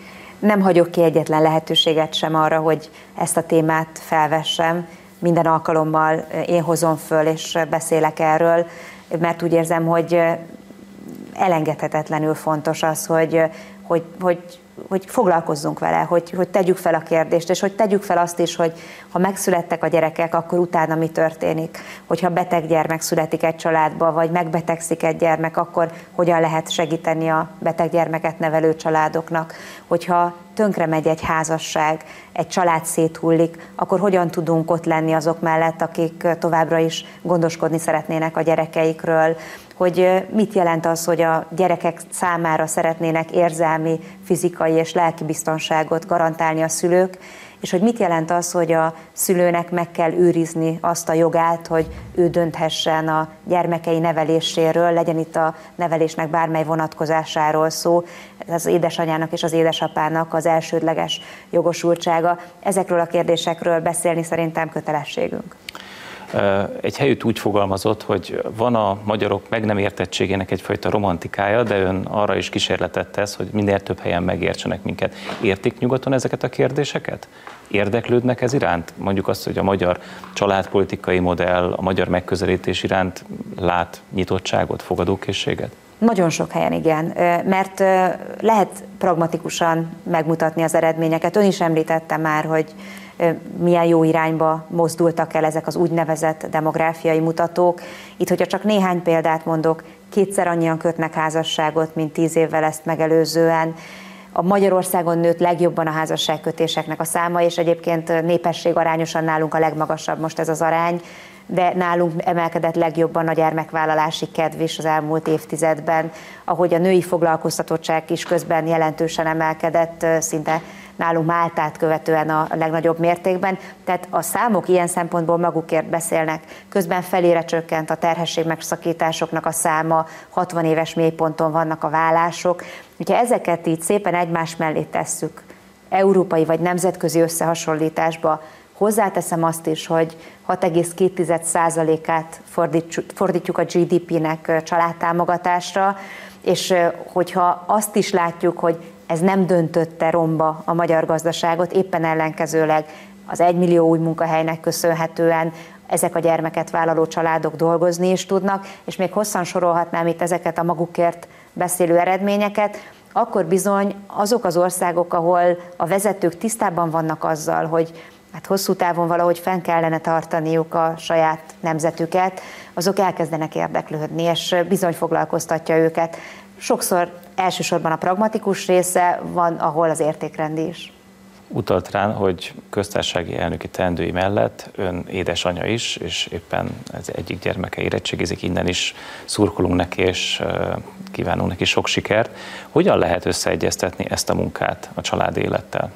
Nem hagyok ki egyetlen lehetőséget sem arra, hogy ezt a témát felvessem. Minden alkalommal én hozom föl és beszélek erről, mert úgy érzem, hogy elengedhetetlenül fontos az, hogy, hogy, hogy, hogy foglalkozzunk vele, hogy, hogy tegyük fel a kérdést, és hogy tegyük fel azt is, hogy ha megszülettek a gyerekek, akkor utána mi történik. Hogyha beteg gyermek születik egy családba, vagy megbetegszik egy gyermek, akkor hogyan lehet segíteni a beteg gyermeket nevelő családoknak. Hogyha tönkre megy egy házasság, egy család széthullik, akkor hogyan tudunk ott lenni azok mellett, akik továbbra is gondoskodni szeretnének a gyerekeikről, hogy mit jelent az, hogy a gyerekek számára szeretnének érzelmi, fizikai és lelki biztonságot garantálni a szülők, és hogy mit jelent az, hogy a szülőnek meg kell őrizni azt a jogát, hogy ő dönthessen a gyermekei neveléséről, legyen itt a nevelésnek bármely vonatkozásáról szó, ez az édesanyának és az édesapának az elsődleges jogosultsága. Ezekről a kérdésekről beszélni szerintem kötelességünk. Egy helyütt úgy fogalmazott, hogy van a magyarok meg nem értettségének egyfajta romantikája, de ön arra is kísérletet tesz, hogy minél több helyen megértsenek minket. Értik nyugaton ezeket a kérdéseket? Érdeklődnek ez iránt? Mondjuk azt, hogy a magyar családpolitikai modell, a magyar megközelítés iránt lát nyitottságot, fogadókészséget? Nagyon sok helyen igen, mert lehet pragmatikusan megmutatni az eredményeket. Ön is említette már, hogy milyen jó irányba mozdultak el ezek az úgynevezett demográfiai mutatók. Itt, hogyha csak néhány példát mondok, kétszer annyian kötnek házasságot, mint tíz évvel ezt megelőzően. A Magyarországon nőtt legjobban a házasságkötéseknek a száma, és egyébként népesség arányosan nálunk a legmagasabb most ez az arány, de nálunk emelkedett legjobban a gyermekvállalási kedv is az elmúlt évtizedben, ahogy a női foglalkoztatottság is közben jelentősen emelkedett, szinte nálunk Máltát követően a legnagyobb mértékben, tehát a számok ilyen szempontból magukért beszélnek. Közben felére csökkent a terhesség megszakításoknak a száma, hatvan éves mélyponton vannak a vállások. Hogyha ezeket így szépen egymás mellé tesszük, európai vagy nemzetközi összehasonlításba, hozzáteszem azt is, hogy hat egész két százalékát fordítjuk a gé dé pének családtámogatásra, és hogyha azt is látjuk, hogy ez nem döntötte romba a magyar gazdaságot, éppen ellenkezőleg az egymillió új munkahelynek köszönhetően ezek a gyermeket vállaló családok dolgozni is tudnak, és még hosszan sorolhatnám itt ezeket a magukért beszélő eredményeket, akkor bizony azok az országok, ahol a vezetők tisztában vannak azzal, hogy hát hosszú távon valahogy fenn kellene tartaniuk a saját nemzetüket, azok elkezdenek érdeklődni, és bizony foglalkoztatja őket. Sokszor elsősorban a pragmatikus része van, ahol az értékrend is. Utalt rá, hogy köztársasági elnöki teendői mellett ön édesanyja is, és éppen az egyik gyermeke érettségizik, innen is szurkolunk neki, és kívánunk neki sok sikert. Hogyan lehet összeegyeztetni ezt a munkát a családi élettel?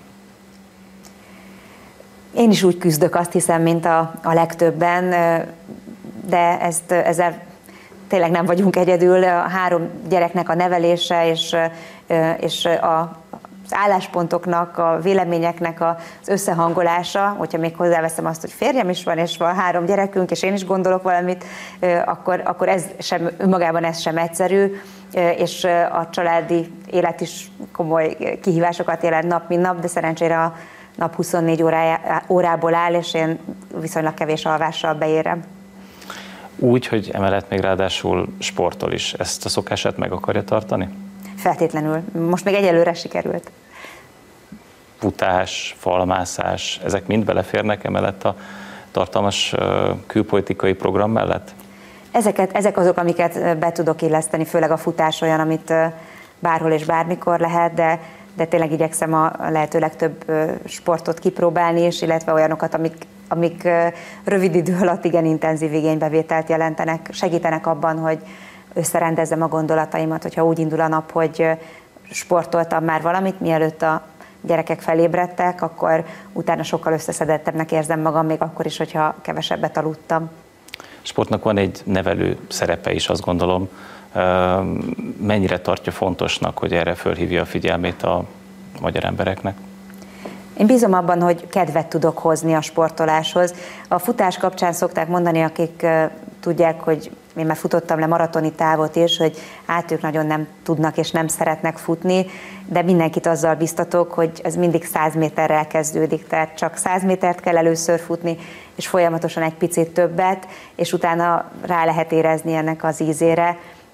Én is úgy küzdök, azt hiszem, mint a, a legtöbben, de ezt, ezzel tényleg nem vagyunk egyedül. A három gyereknek a nevelése és, és a az álláspontoknak, a véleményeknek az összehangolása, hogyha még hozzáveszem azt, hogy férjem is van, és van három gyerekünk, és én is gondolok valamit, akkor, akkor ez sem, önmagában ez sem egyszerű, és a családi élet is komoly kihívásokat jelent nap, mint nap, de szerencsére a nap huszonnégy órájá, órából áll, és én viszonylag kevés alvással beérem. Úgy, hogy emellett még ráadásul sportol is. Ezt a szokását meg akarja tartani? Feltétlenül. Most még egyelőre sikerült. Futás, falmászás, ezek mind beleférnek emellett a tartalmas külpolitikai program mellett? Ezeket, ezek azok, amiket be tudok illeszteni, főleg a futás olyan, amit bárhol és bármikor lehet, de, de tényleg igyekszem a lehető legtöbb sportot kipróbálni, és illetve olyanokat, amik, amik rövid idő alatt igen intenzív igénybevételt jelentenek, segítenek abban, hogy összerendezzem a gondolataimat, hogyha úgy indul a nap, hogy sportoltam már valamit, mielőtt a gyerekek felébredtek, akkor utána sokkal összeszedettebbnek érzem magam, még akkor is, hogyha kevesebbet aludtam. Sportnak van egy nevelő szerepe is, azt gondolom. Mennyire tartja fontosnak, hogy erre fölhívja a figyelmét a magyar embereknek? Én bízom abban, hogy kedvet tudok hozni a sportoláshoz. A futás kapcsán szokták mondani, akik tudják, hogy én már futottam le maratoni távot is, hogy hát ők nagyon nem tudnak és nem szeretnek futni, de mindenkit azzal biztatok, hogy ez mindig száz méterrel kezdődik, tehát csak száz métert kell először futni, és folyamatosan egy picit többet, és utána rá lehet érezni ennek az ízére.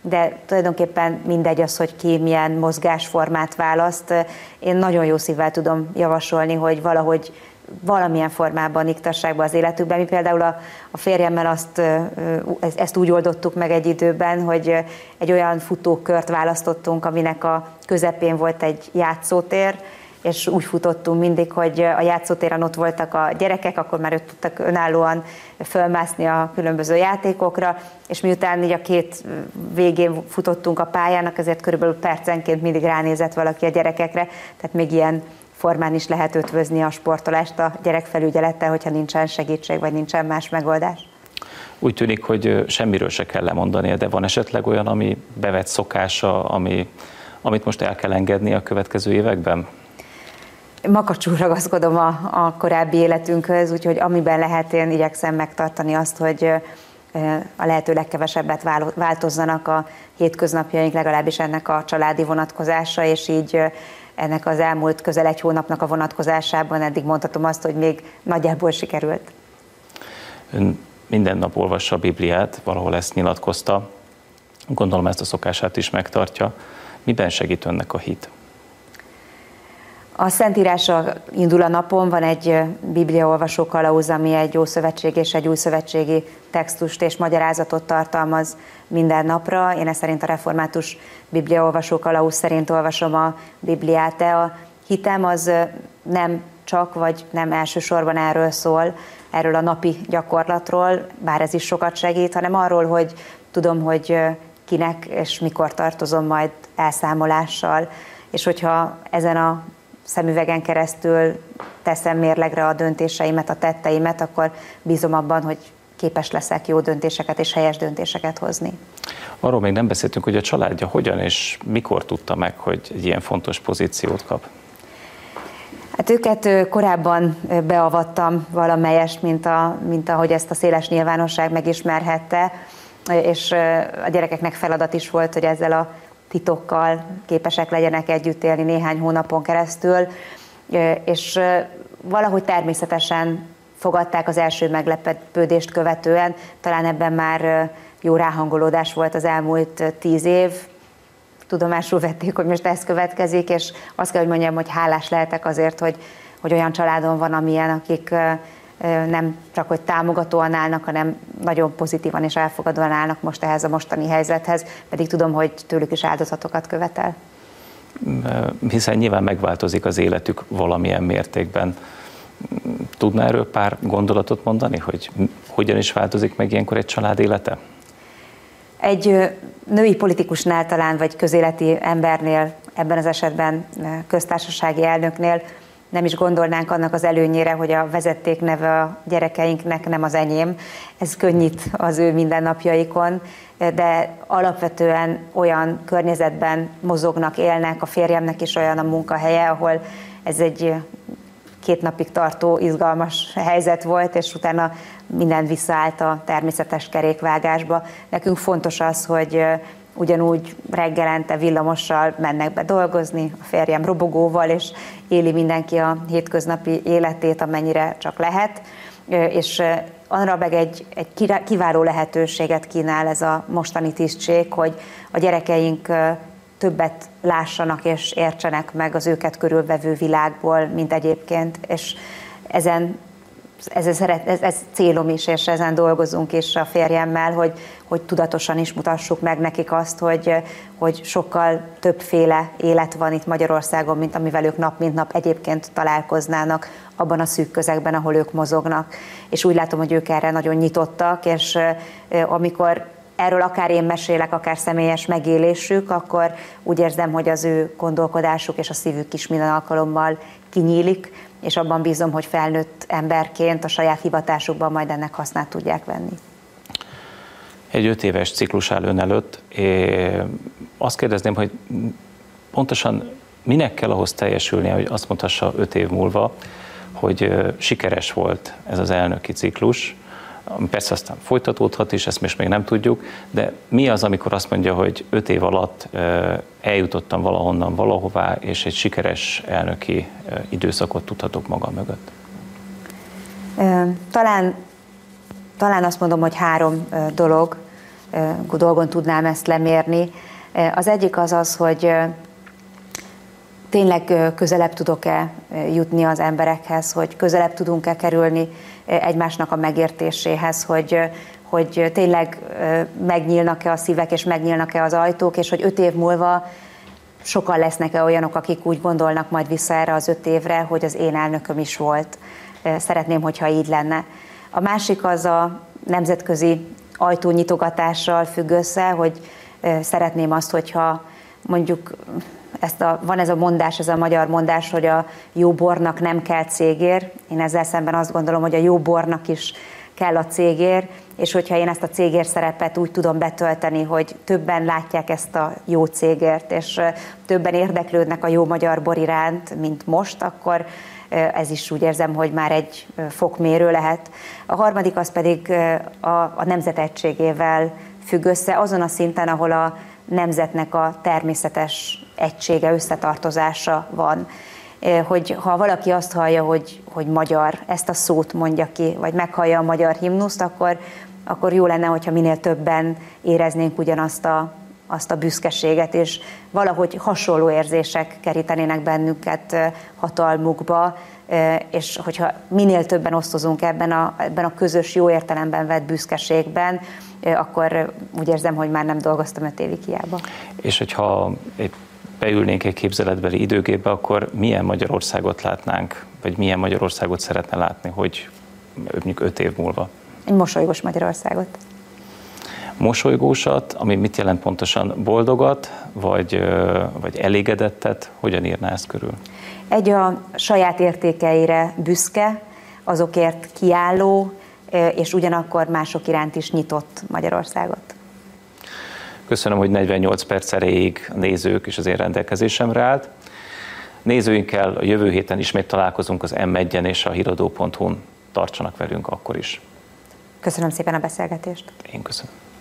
de tulajdonképpen mindegy az, hogy ki milyen mozgásformát választ. Én nagyon jó szívvel tudom javasolni, hogy valahogy valamilyen formában iktassák be az életükben. Mi például a, a férjemmel azt, ezt úgy oldottuk meg egy időben, hogy egy olyan futókört választottunk, aminek a közepén volt egy játszótér, és úgy futottunk mindig, hogy a játszótéren ott voltak a gyerekek, akkor már ők tudtak önállóan fölmászni a különböző játékokra, és miután így a két végén futottunk a pályának, ezért körülbelül percenként mindig ránézett valaki a gyerekekre, tehát még ilyen formán is lehet ötvözni a sportolást a gyerekfelügyelettel, hogyha nincsen segítség, vagy nincsen más megoldás. Úgy tűnik, hogy semmiről se kell lemondania, de van esetleg olyan, ami bevett szokása, ami, amit most el kell engedni a következő években? Makacsul ragaszkodom a, a korábbi életünkhöz, úgyhogy amiben lehet, én igyekszem megtartani azt, hogy a lehető legkevesebbet változzanak a hétköznapjaink, legalábbis ennek a családi vonatkozása, és így ennek az elmúlt közel egy hónapnak a vonatkozásában eddig mondhatom azt, hogy még nagyjából sikerült. Ön minden nap olvassa a Bibliát, valahol ezt nyilatkozta, gondolom ezt a szokását is megtartja. Miben segít önnek a hit? A Szentírásra indul a napon, van egy bibliaolvasó kalauz, ami egy ószövetségi és egy újszövetségi textust és magyarázatot tartalmaz minden napra. Én ezt szerint a református bibliaolvasó kalauz szerint olvasom a Bibliát, de a hitem az nem csak, vagy nem elsősorban erről szól, erről a napi gyakorlatról, bár ez is sokat segít, hanem arról, hogy tudom, hogy kinek és mikor tartozom majd elszámolással, és hogyha ezen a szemüvegen keresztül teszem mérlegre a döntéseimet, a tetteimet, akkor bízom abban, hogy képes leszek jó döntéseket és helyes döntéseket hozni. Arról még nem beszéltünk, hogy a családja hogyan és mikor tudta meg, hogy egy ilyen fontos pozíciót kap? Hát őket korábban beavattam valamelyest, mint, a, mint ahogy ezt a széles nyilvánosság megismerhette, és a gyerekeknek feladat is volt, hogy ezzel a titokkal képesek legyenek együtt élni néhány hónapon keresztül, és valahogy természetesen fogadták az első meglepődést követően, talán ebben már jó ráhangolódás volt az elmúlt tíz év, tudomásul vették, hogy most ez következik, és azt kell, hogy mondjam, hogy hálás lehetek azért, hogy, hogy olyan családom van, amilyen, akik nem csak, hogy támogatóan állnak, hanem nagyon pozitívan és elfogadóan állnak most ehhez a mostani helyzethez, pedig tudom, hogy tőlük is áldozatokat követel. Hiszen nyilván megváltozik az életük valamilyen mértékben. Tudná erről pár gondolatot mondani, hogy hogyan is változik meg ilyenkor egy család élete? Egy női politikusnál talán, vagy közéleti embernél, ebben az esetben köztársasági elnöknél nem is gondolnánk annak az előnyére, hogy a vezetékneve a gyerekeinknek nem az enyém. Ez könnyít az ő mindennapjaikon, de alapvetően olyan környezetben mozognak, élnek, a férjemnek is olyan a munkahelye, ahol ez egy két napig tartó izgalmas helyzet volt, és utána minden visszaállt a természetes kerékvágásba. Nekünk fontos az, hogy ugyanúgy reggelente villamossal mennek be dolgozni, a férjem robogóval, és éli mindenki a hétköznapi életét, amennyire csak lehet, és arra meg egy, egy kiváló lehetőséget kínál ez a mostani tisztség, hogy a gyerekeink többet lássanak és értsenek meg az őket körülvevő világból, mint egyébként, és ezen Ez, szeret, ez, ez célom is, és ezen dolgozunk is a férjemmel, hogy, hogy tudatosan is mutassuk meg nekik azt, hogy, hogy sokkal többféle élet van itt Magyarországon, mint amivel ők nap mint nap egyébként találkoznának abban a szűk közegben, ahol ők mozognak. És úgy látom, hogy ők erre nagyon nyitottak, és amikor erről akár én mesélek, akár személyes megélésük, akkor úgy érzem, hogy az ő gondolkodásuk és a szívük is minden alkalommal kinyílik, és abban bízom, hogy felnőtt emberként a saját hivatásukban majd ennek hasznát tudják venni. Egy öt éves ciklus áll ön előtt. Én azt kérdezném, hogy pontosan minek kell ahhoz teljesülnie, hogy azt mondhassa öt év múlva, hogy sikeres volt ez az elnöki ciklus, persze aztán folytatódhat is, ezt most még nem tudjuk, de mi az, amikor azt mondja, hogy öt év alatt eljutottam valahonnan valahová, és egy sikeres elnöki időszakot tudhatok magam mögött? Talán, talán azt mondom, hogy három dolog. dolgon tudnám ezt lemérni. Az egyik az az, hogy tényleg közelebb tudok-e jutni az emberekhez, hogy közelebb tudunk-e kerülni egymásnak a megértéséhez, hogy, hogy tényleg megnyílnak-e a szívek, és megnyílnak-e az ajtók, és hogy öt év múlva sokan lesznek-e olyanok, akik úgy gondolnak majd vissza erre az öt évre, hogy az én elnököm is volt. Szeretném, hogyha így lenne. A másik az a nemzetközi ajtónyitogatással függ össze, hogy szeretném azt, hogyha mondjuk ezt a, van ez a mondás, ez a magyar mondás, hogy a jó bornak nem kell cégér. Én ezzel szemben azt gondolom, hogy a jó bornak is kell a cégér, és hogyha én ezt a cégér szerepet úgy tudom betölteni, hogy többen látják ezt a jó cégért, és többen érdeklődnek a jó magyar bor iránt, mint most, akkor ez is úgy érzem, hogy már egy fokmérő lehet. A harmadik az pedig a, a nemzet egységével függ össze, azon a szinten, ahol a nemzetnek a természetes egysége, összetartozása van. Hogy ha valaki azt hallja, hogy, hogy magyar, ezt a szót mondja ki, vagy meghallja a magyar himnuszt, akkor, akkor jó lenne, hogyha minél többen éreznénk ugyanazt a, azt a büszkeséget, és valahogy hasonló érzések kerítenének bennünket hatalmukba, és hogyha minél többen osztozunk ebben a, ebben a közös, jó értelemben vett büszkeségben, akkor úgy érzem, hogy már nem dolgoztam öt évig hiába. És hogyha beülnénk egy képzeletbeli időgépbe, akkor milyen Magyarországot látnánk, vagy milyen Magyarországot szeretne látni, hogy mondjuk öt év múlva? Egy mosolygós Magyarországot. Mosolygósat, ami mit jelent pontosan, boldogat, vagy, vagy elégedettet, hogyan írná ezt körül? Egy a saját értékeire büszke, azokért kiálló, és ugyanakkor mások iránt is nyitott Magyarországot. Köszönöm, hogy negyvennyolc perc erejéig a nézők és az én rendelkezésemre állt. Nézőinkkel a jövő héten ismét találkozunk az em egyen és a híradó pont hu-n. Tartsanak velünk akkor is. Köszönöm szépen a beszélgetést. Én köszönöm.